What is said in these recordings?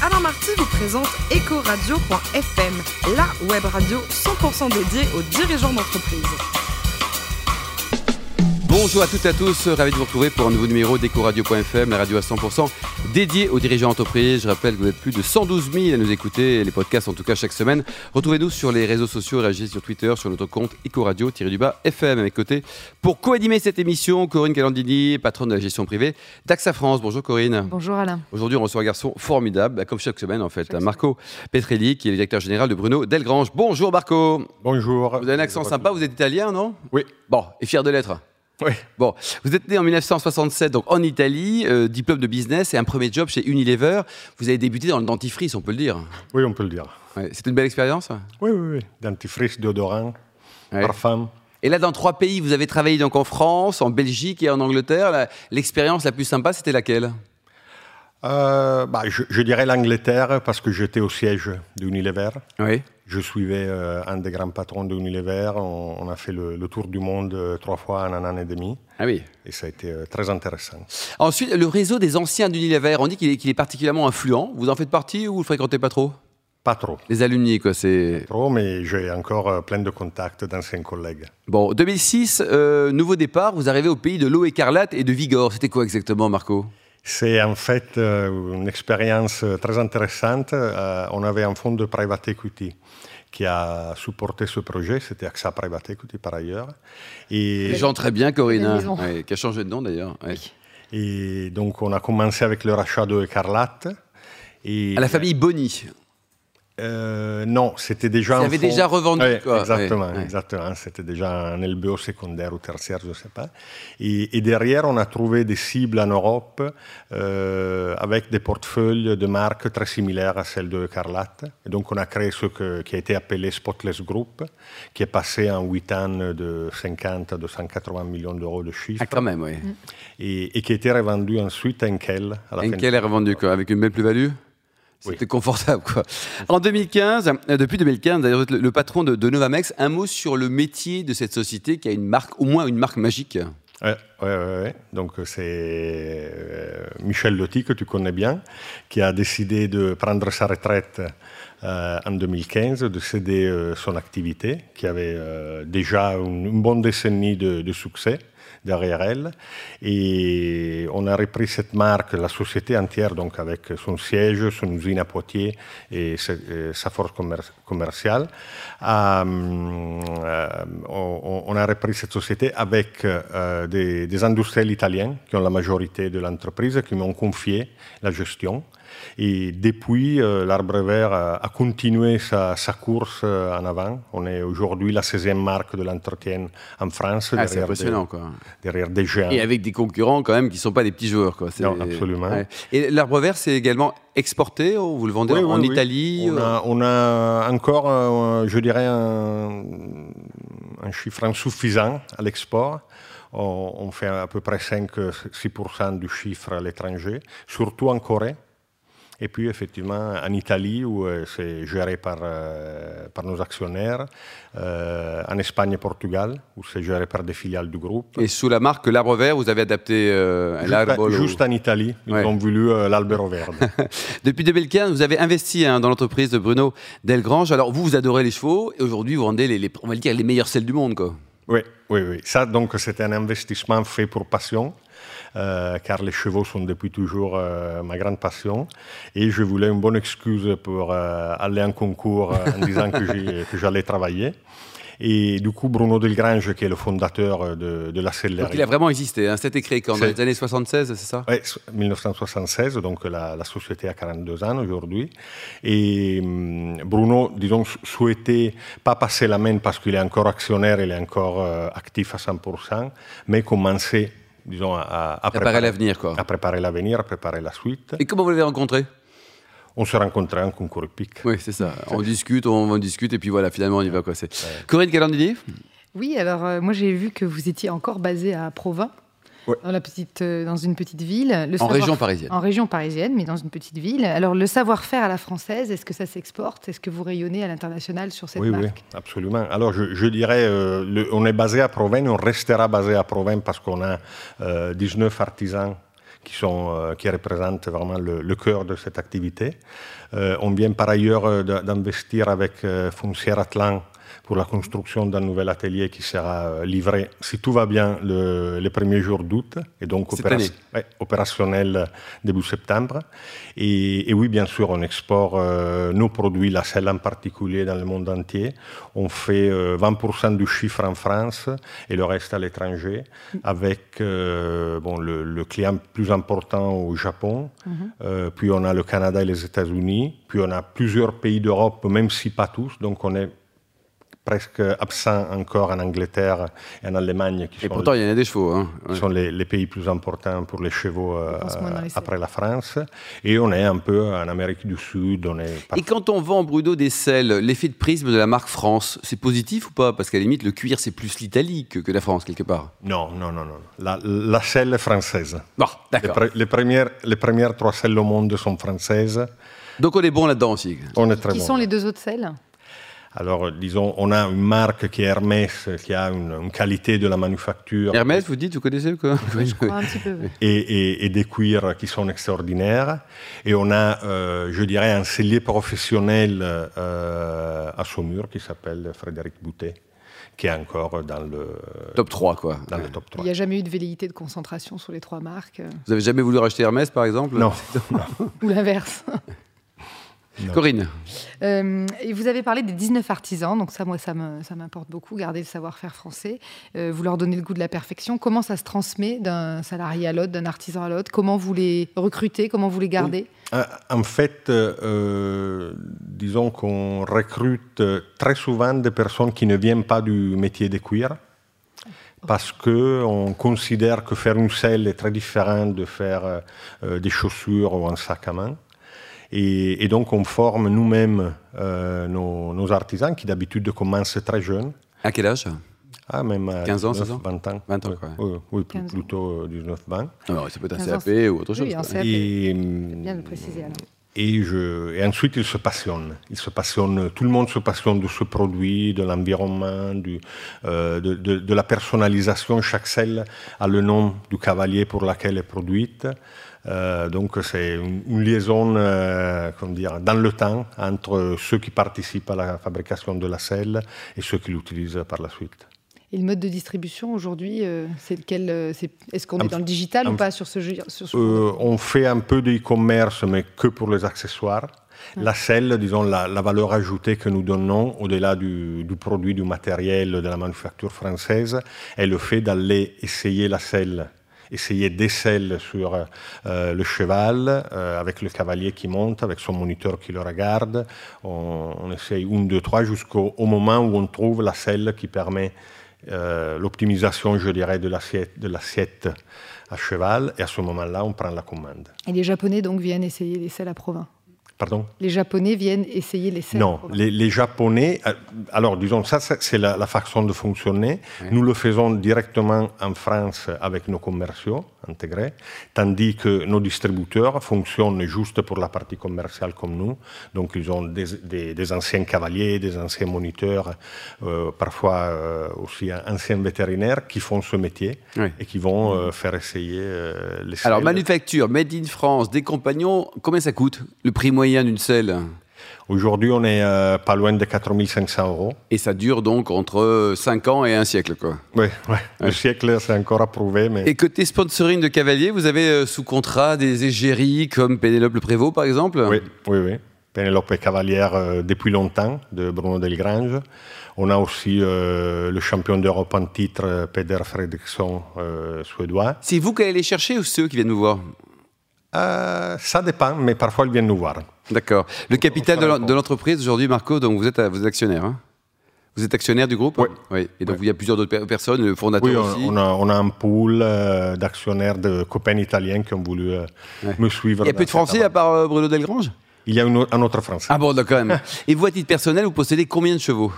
Alain Marty vous présente Ecoradio.fm, la web radio 100% dédiée aux dirigeants d'entreprise. Bonjour à toutes et à tous, ravi de vous retrouver pour un nouveau numéro d'Ecoradio.fm, la radio à 100% dédiée aux dirigeants d'entreprise. Je rappelle que vous êtes plus de 112 000 à nous écouter, les podcasts en tout cas chaque semaine. Retrouvez-nous sur les réseaux sociaux, réagissez sur Twitter, sur notre compte Ecoradio-FM. À mes côtés, pour co-animer cette émission, Corinne Calandini, patronne de la gestion privée d'AXA France. Bonjour Corinne. Bonjour Alain. Aujourd'hui, on reçoit un garçon formidable, comme chaque semaine en fait, Marco Petrelli, qui est le directeur général de Bruno Delgrange. Bonjour Marco. Bonjour. Vous avez un accent sympa, vous êtes italien, non ? Oui. Bon, et fier de l'être ? Oui. Bon, vous êtes né en 1967, donc en Italie, diplôme de business et un premier job chez Unilever. Vous avez débuté dans le dentifrice, on peut le dire. Oui, on peut le dire. Ouais, c'était une belle expérience ? Oui. Dentifrice, déodorant, parfum. Et là, dans 3 pays, vous avez travaillé donc en France, en Belgique et en Angleterre. L'expérience la plus sympa, c'était laquelle ? Je dirais l'Angleterre parce que j'étais au siège d'Unilever. Oui. Je suivais un des grands patrons d'Unilever. On a fait le tour du monde 3 fois en un an et demi. Ah oui. Et ça a été très intéressant. Ensuite, le réseau des anciens d'Unilever, on dit qu'il est particulièrement influent. Vous en faites partie ou vous ne le fréquentez pas trop ? Pas trop. Les alumni, quoi, c'est... Pas trop, mais j'ai encore plein de contacts d'anciens collègues. Bon, 2006, nouveau départ, vous arrivez au pays de l'eau écarlate et de Vigor. C'était quoi exactement, Marco ? C'est en fait une expérience très intéressante. On avait un fonds de private equity qui a supporté ce projet. C'était AXA Private Equity par ailleurs. Et les gens très bien, Corinne, qui a changé de nom d'ailleurs. Ouais. Et donc on a commencé avec le rachat de Écarlate. À la famille Boni. Non, c'était déjà un fonds... déjà revendu. Ouais, quoi. Exactement. C'était déjà un LBO secondaire ou tertiaire, je ne sais pas. Et derrière, on a trouvé des cibles en Europe avec des portefeuilles de marques très similaires à celles de Écarlate. Et donc, on a créé qui a été appelé Spotless Group, qui est passé en 8 ans de 50 à 280 millions d'euros de chiffre. Ah, quand même, oui. Et qui a été revendu ensuite à Henkel. Henkel est revendu, quoi, avec une belle plus-value ? C'était confortable, quoi. En 2015, depuis 2015, d'ailleurs, le patron de Novamex, un mot sur le métier de cette société qui a une marque, au moins une marque magique. Oui. Donc c'est Michel Loti, que tu connais bien, qui a décidé de prendre sa retraite en 2015, de céder son activité, qui avait déjà une bonne décennie de succès derrière elle. Et on a repris cette marque, la société entière, donc avec son siège, son usine à Poitiers et sa force commerciale. On a repris cette société avec des industriels italiens qui ont la majorité de l'entreprise, qui m'ont confié la gestion. Et depuis, l'Arbre Vert a continué sa course en avant. On est aujourd'hui la 16e marque de l'entretien en France. C'est impressionnant, quoi. Derrière des géants. Et avec des concurrents quand même qui ne sont pas des petits joueurs, quoi. Non, absolument. Ouais. Et l'Arbre Vert, c'est également exporté, vous le vendez en Italie ? On a encore, je dirais, un chiffre insuffisant à l'export. On fait à peu près 5-6% du chiffre à l'étranger, surtout en Corée. Et puis, effectivement, en Italie, où c'est géré par nos actionnaires, en Espagne et Portugal, où c'est géré par des filiales du groupe. Et sous la marque L'Arbre Vert, vous avez adapté l'Arbre... Juste en Italie, ils ont voulu l'Albero Verde. Depuis 2015, vous avez investi dans l'entreprise de Bruno Delgrange. Alors, vous adorez les chevaux, et aujourd'hui, vous vendez, on va le dire, les meilleures selles du monde, quoi. Oui. Ça, donc, c'était un investissement fait pour passion. Car les chevaux sont depuis toujours ma grande passion. Et je voulais une bonne excuse pour aller en concours en disant que j'allais travailler. Et du coup, Bruno Delgrange, qui est le fondateur de la sellerie. Donc il a vraiment existé, c'était créé quand, dans les années 76, c'est ça ? Oui, 1976, donc la société a 42 ans aujourd'hui. Et Bruno, disons, souhaitait pas passer la main parce qu'il est encore actionnaire, il est encore actif à 100%, mais commencer, disons, à préparer l'avenir, quoi. À préparer l'avenir, à préparer la suite. Et comment vous l'avez rencontré ? On s'est rencontrés en concours hippique. Oui, c'est ça. On discute, et puis voilà, finalement, on y va, quoi. Corinne Calandini ? Oui, alors moi j'ai vu que vous étiez encore basé à Provins. Ouais. Dans une petite ville. Région parisienne. En région parisienne, mais dans une petite ville. Alors, le savoir-faire à la française, est-ce que ça s'exporte ? Est-ce que vous rayonnez à l'international sur cette marque ? Oui, absolument. Alors, je dirais, on est basé à Provins, on restera basé à Provins parce qu'on a 19 artisans qui représentent vraiment le cœur de cette activité. On vient par ailleurs d'investir avec Foncière Atlan pour la construction d'un nouvel atelier qui sera livré, si tout va bien, les premiers jours d'août, et donc opérationnel début septembre. Et oui, bien sûr, on exporte nos produits, la selle en particulier, dans le monde entier. On fait 20% du chiffre en France et le reste à l'étranger, avec le client plus important au Japon, puis on a le Canada et les États-Unis, puis on a plusieurs pays d'Europe, même si pas tous, donc on est presque absent encore en Angleterre et en Allemagne. Et pourtant, il y en a des chevaux. Hein. Qui sont les pays plus importants pour les chevaux après la France. Et on est un peu en Amérique du Sud. Et quand on vend, Bruno, des selles, l'effet de prisme de la marque France, c'est positif ou pas? Parce qu'à la limite, le cuir, c'est plus l'Italie que la France, quelque part. Non. La selle est française. Bon, d'accord. Les premières 3 selles au monde sont françaises. Donc on est bon là-dedans aussi. On est très bon. Qui sont les 2 autres selles? Alors, disons, on a une marque qui est Hermès, qui a une qualité de la manufacture. Hermès, vous dites, vous connaissez quoi? Oui, je crois un petit peu. Oui. Et des cuirs qui sont extraordinaires. Et on a, je dirais, un sellier professionnel à Saumur qui s'appelle Frédéric Boutet, qui est encore dans le top 3, quoi. Dans le top 3. Il n'y a jamais eu de velléité de concentration sur les 3 marques. Vous avez jamais voulu racheter Hermès, par exemple? Non. Ou l'inverse. Non. Corinne. Et vous avez parlé des 19 artisans, donc ça m'importe beaucoup, garder le savoir-faire français. Vous leur donnez le goût de la perfection. Comment ça se transmet d'un salarié à l'autre, d'un artisan à l'autre? Comment vous les recrutez? Comment vous les gardez? En fait, disons qu'on recrute très souvent des personnes qui ne viennent pas du métier des cuirs. Parce qu'on considère que faire une selle est très différent de faire des chaussures ou un sac à main. Et donc, on forme nous-mêmes nos artisans qui, d'habitude, commencent très jeunes. À quel âge? Même à 15 ans, 19, 16 ans 20 ans. 20 ans, quoi. Oui, plutôt 19-20. Alors, ça peut être un CAP ou autre chose. Oui, un CAP. C'est bien de préciser, alors. Et ensuite, ils se passionnent. Tout le monde se passionne de ce produit, de l'environnement, de la personnalisation. Chaque selle a le nom du cavalier pour laquelle elle est produite. Donc c'est une liaison dans le temps entre ceux qui participent à la fabrication de la selle et ceux qui l'utilisent par la suite. Et le mode de distribution aujourd'hui, c'est lequel? Est-ce qu'on est dans le digital ou pas sur ce On fait un peu de e-commerce, mais que pour les accessoires. La selle, disons, la valeur ajoutée que nous donnons au-delà du produit, du matériel, de la manufacture française, est le fait d'aller essayer la selle. Essayer des selles sur le cheval, avec le cavalier qui monte, avec son moniteur qui le regarde. On essaye 1, 2, 3 jusqu'au moment où on trouve la selle qui permet l'optimisation, je dirais, de l'assiette à cheval. Et à ce moment-là, on prend la commande. Et les Japonais, donc, viennent essayer les selles à Provins? Pardon? Les Japonais viennent essayer les selles? Non, les Japonais... Alors, disons, ça, c'est la façon de fonctionner. Oui. Nous le faisons directement en France avec nos commerciaux intégrés, tandis que nos distributeurs fonctionnent juste pour la partie commerciale comme nous. Donc, ils ont des anciens cavaliers, des anciens moniteurs, parfois aussi anciens vétérinaires qui font ce métier et qui vont faire essayer les selles. Alors, manufacture, made in France, des compagnons, combien ça coûte, le prix moyen d'une selle? Aujourd'hui, on est pas loin de 4 500 €. Et ça dure donc entre 5 ans et un siècle, quoi. Oui. Le siècle, c'est encore à prouver. Mais... Et côté sponsoring de cavaliers, vous avez sous contrat des égéries comme Pénélope Le Prévost, par exemple? Oui. Pénélope est cavalière depuis longtemps, de Bruno Delgrange. On a aussi le champion d'Europe en titre, Peder Fredriksson, suédois. C'est vous qui allez les chercher ou c'est eux qui viennent nous voir? Ça dépend, mais parfois ils viennent nous voir. D'accord. Le capital de l'entreprise aujourd'hui, Marco, donc vous êtes actionnaire, hein? Vous êtes actionnaire du groupe? Oui. Et donc il y a plusieurs d'autres personnes, le fondateur aussi? Oui, on a un pool d'actionnaires de copains italiens qui ont voulu me suivre. Il y a peu de Français à part Bruno Delgrange? Il y a un autre Français. Ah bon, d'accord, quand même. Et vous, à titre personnel, vous possédez combien de chevaux?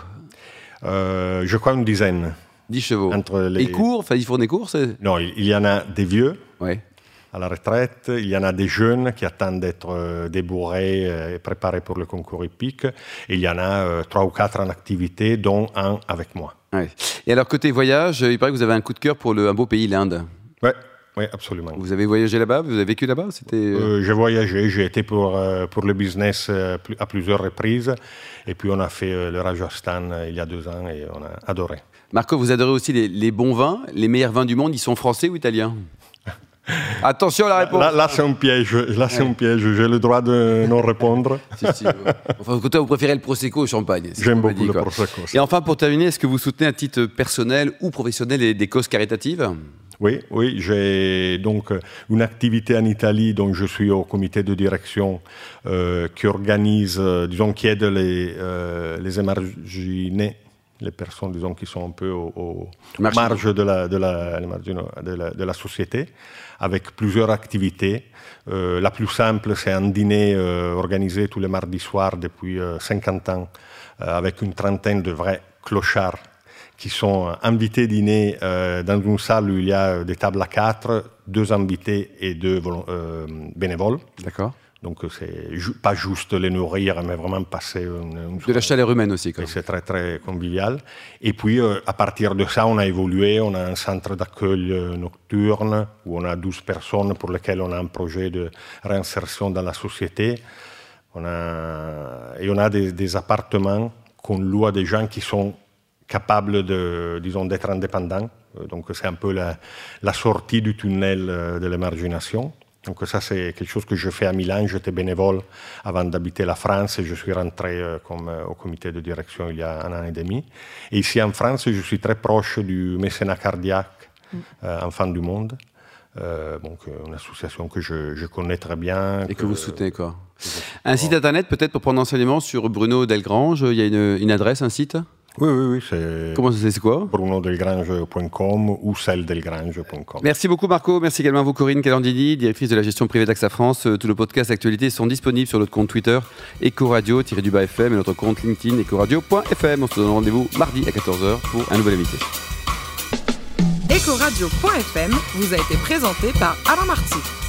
Je crois une dizaine. 10 chevaux. Et courts? Enfin, ils font des courses? Non, il y en a des vieux. Oui. À la retraite, il y en a des jeunes qui attendent d'être débourrés et préparés pour le concours hippique. Et il y en a 3 ou 4 en activité, dont un avec moi. Ouais. Et alors, côté voyage, il paraît que vous avez un coup de cœur pour un beau pays, l'Inde. Oui, Oui, absolument. Vous avez voyagé là-bas? Vous avez vécu là-bas? J'ai voyagé, j'ai été pour le business à plusieurs reprises. Et puis on a fait le Rajasthan il y a 2 ans et on a adoré. Marco, vous adorez aussi les bons vins. Les meilleurs vins du monde, ils sont français ou italiens? Attention à la réponse. Là, c'est un piège. C'est un piège. J'ai le droit de non répondre. Si. Enfin, vous préférez le Prosecco au champagne? J'aime beaucoup le Prosecco. Et enfin, pour terminer, est-ce que vous soutenez à titre personnel ou professionnel des causes caritatives? Oui, j'ai donc une activité en Italie, donc je suis au comité de direction qui organise, qui aide les émarginés, les personnes, qui sont un peu aux marges de la société, avec plusieurs activités. La plus simple, c'est un dîner organisé tous les mardis soirs depuis 50 ans, avec une trentaine de vrais clochards qui sont invités dîner dans une salle où il y a des tables à 4, 2 invités et 2 bénévoles. D'accord. Donc, c'est pas juste les nourrir, mais vraiment passer de la chaleur humaine aussi. C'est très, très convivial. Et puis, à partir de ça, on a évolué. On a un centre d'accueil nocturne où on a 12 personnes pour lesquelles on a un projet de réinsertion dans la société. On a des appartements qu'on loue à des gens qui sont capables d'être indépendants. Donc, c'est un peu la sortie du tunnel de l'émargination. Donc ça, c'est quelque chose que je fais à Milan. J'étais bénévole avant d'habiter la France et je suis rentré au comité de direction il y a 1 an et demi. Et ici en France, je suis très proche du mécénat cardiaque Enfants du Monde. Donc une association que je connais très bien. Et que vous soutenez, quoi. Un site internet peut-être pour prendre enseignement sur Bruno Delgrange. Il y a une adresse, un site? Oui, c'est... Comment c'est quoi? brunodelgrange.com ou celledelgrange.com. Merci beaucoup Marco, merci également à vous Corinne Calandini, directrice de la gestion privée d'AXA France. Tous nos podcasts actualités sont disponibles sur notre compte Twitter, Ecoradio-FM et notre compte LinkedIn, ecoradio.fm. On se donne rendez-vous mardi à 14h pour un nouvel invité. Ecoradio.fm vous a été présenté par Alain Marty.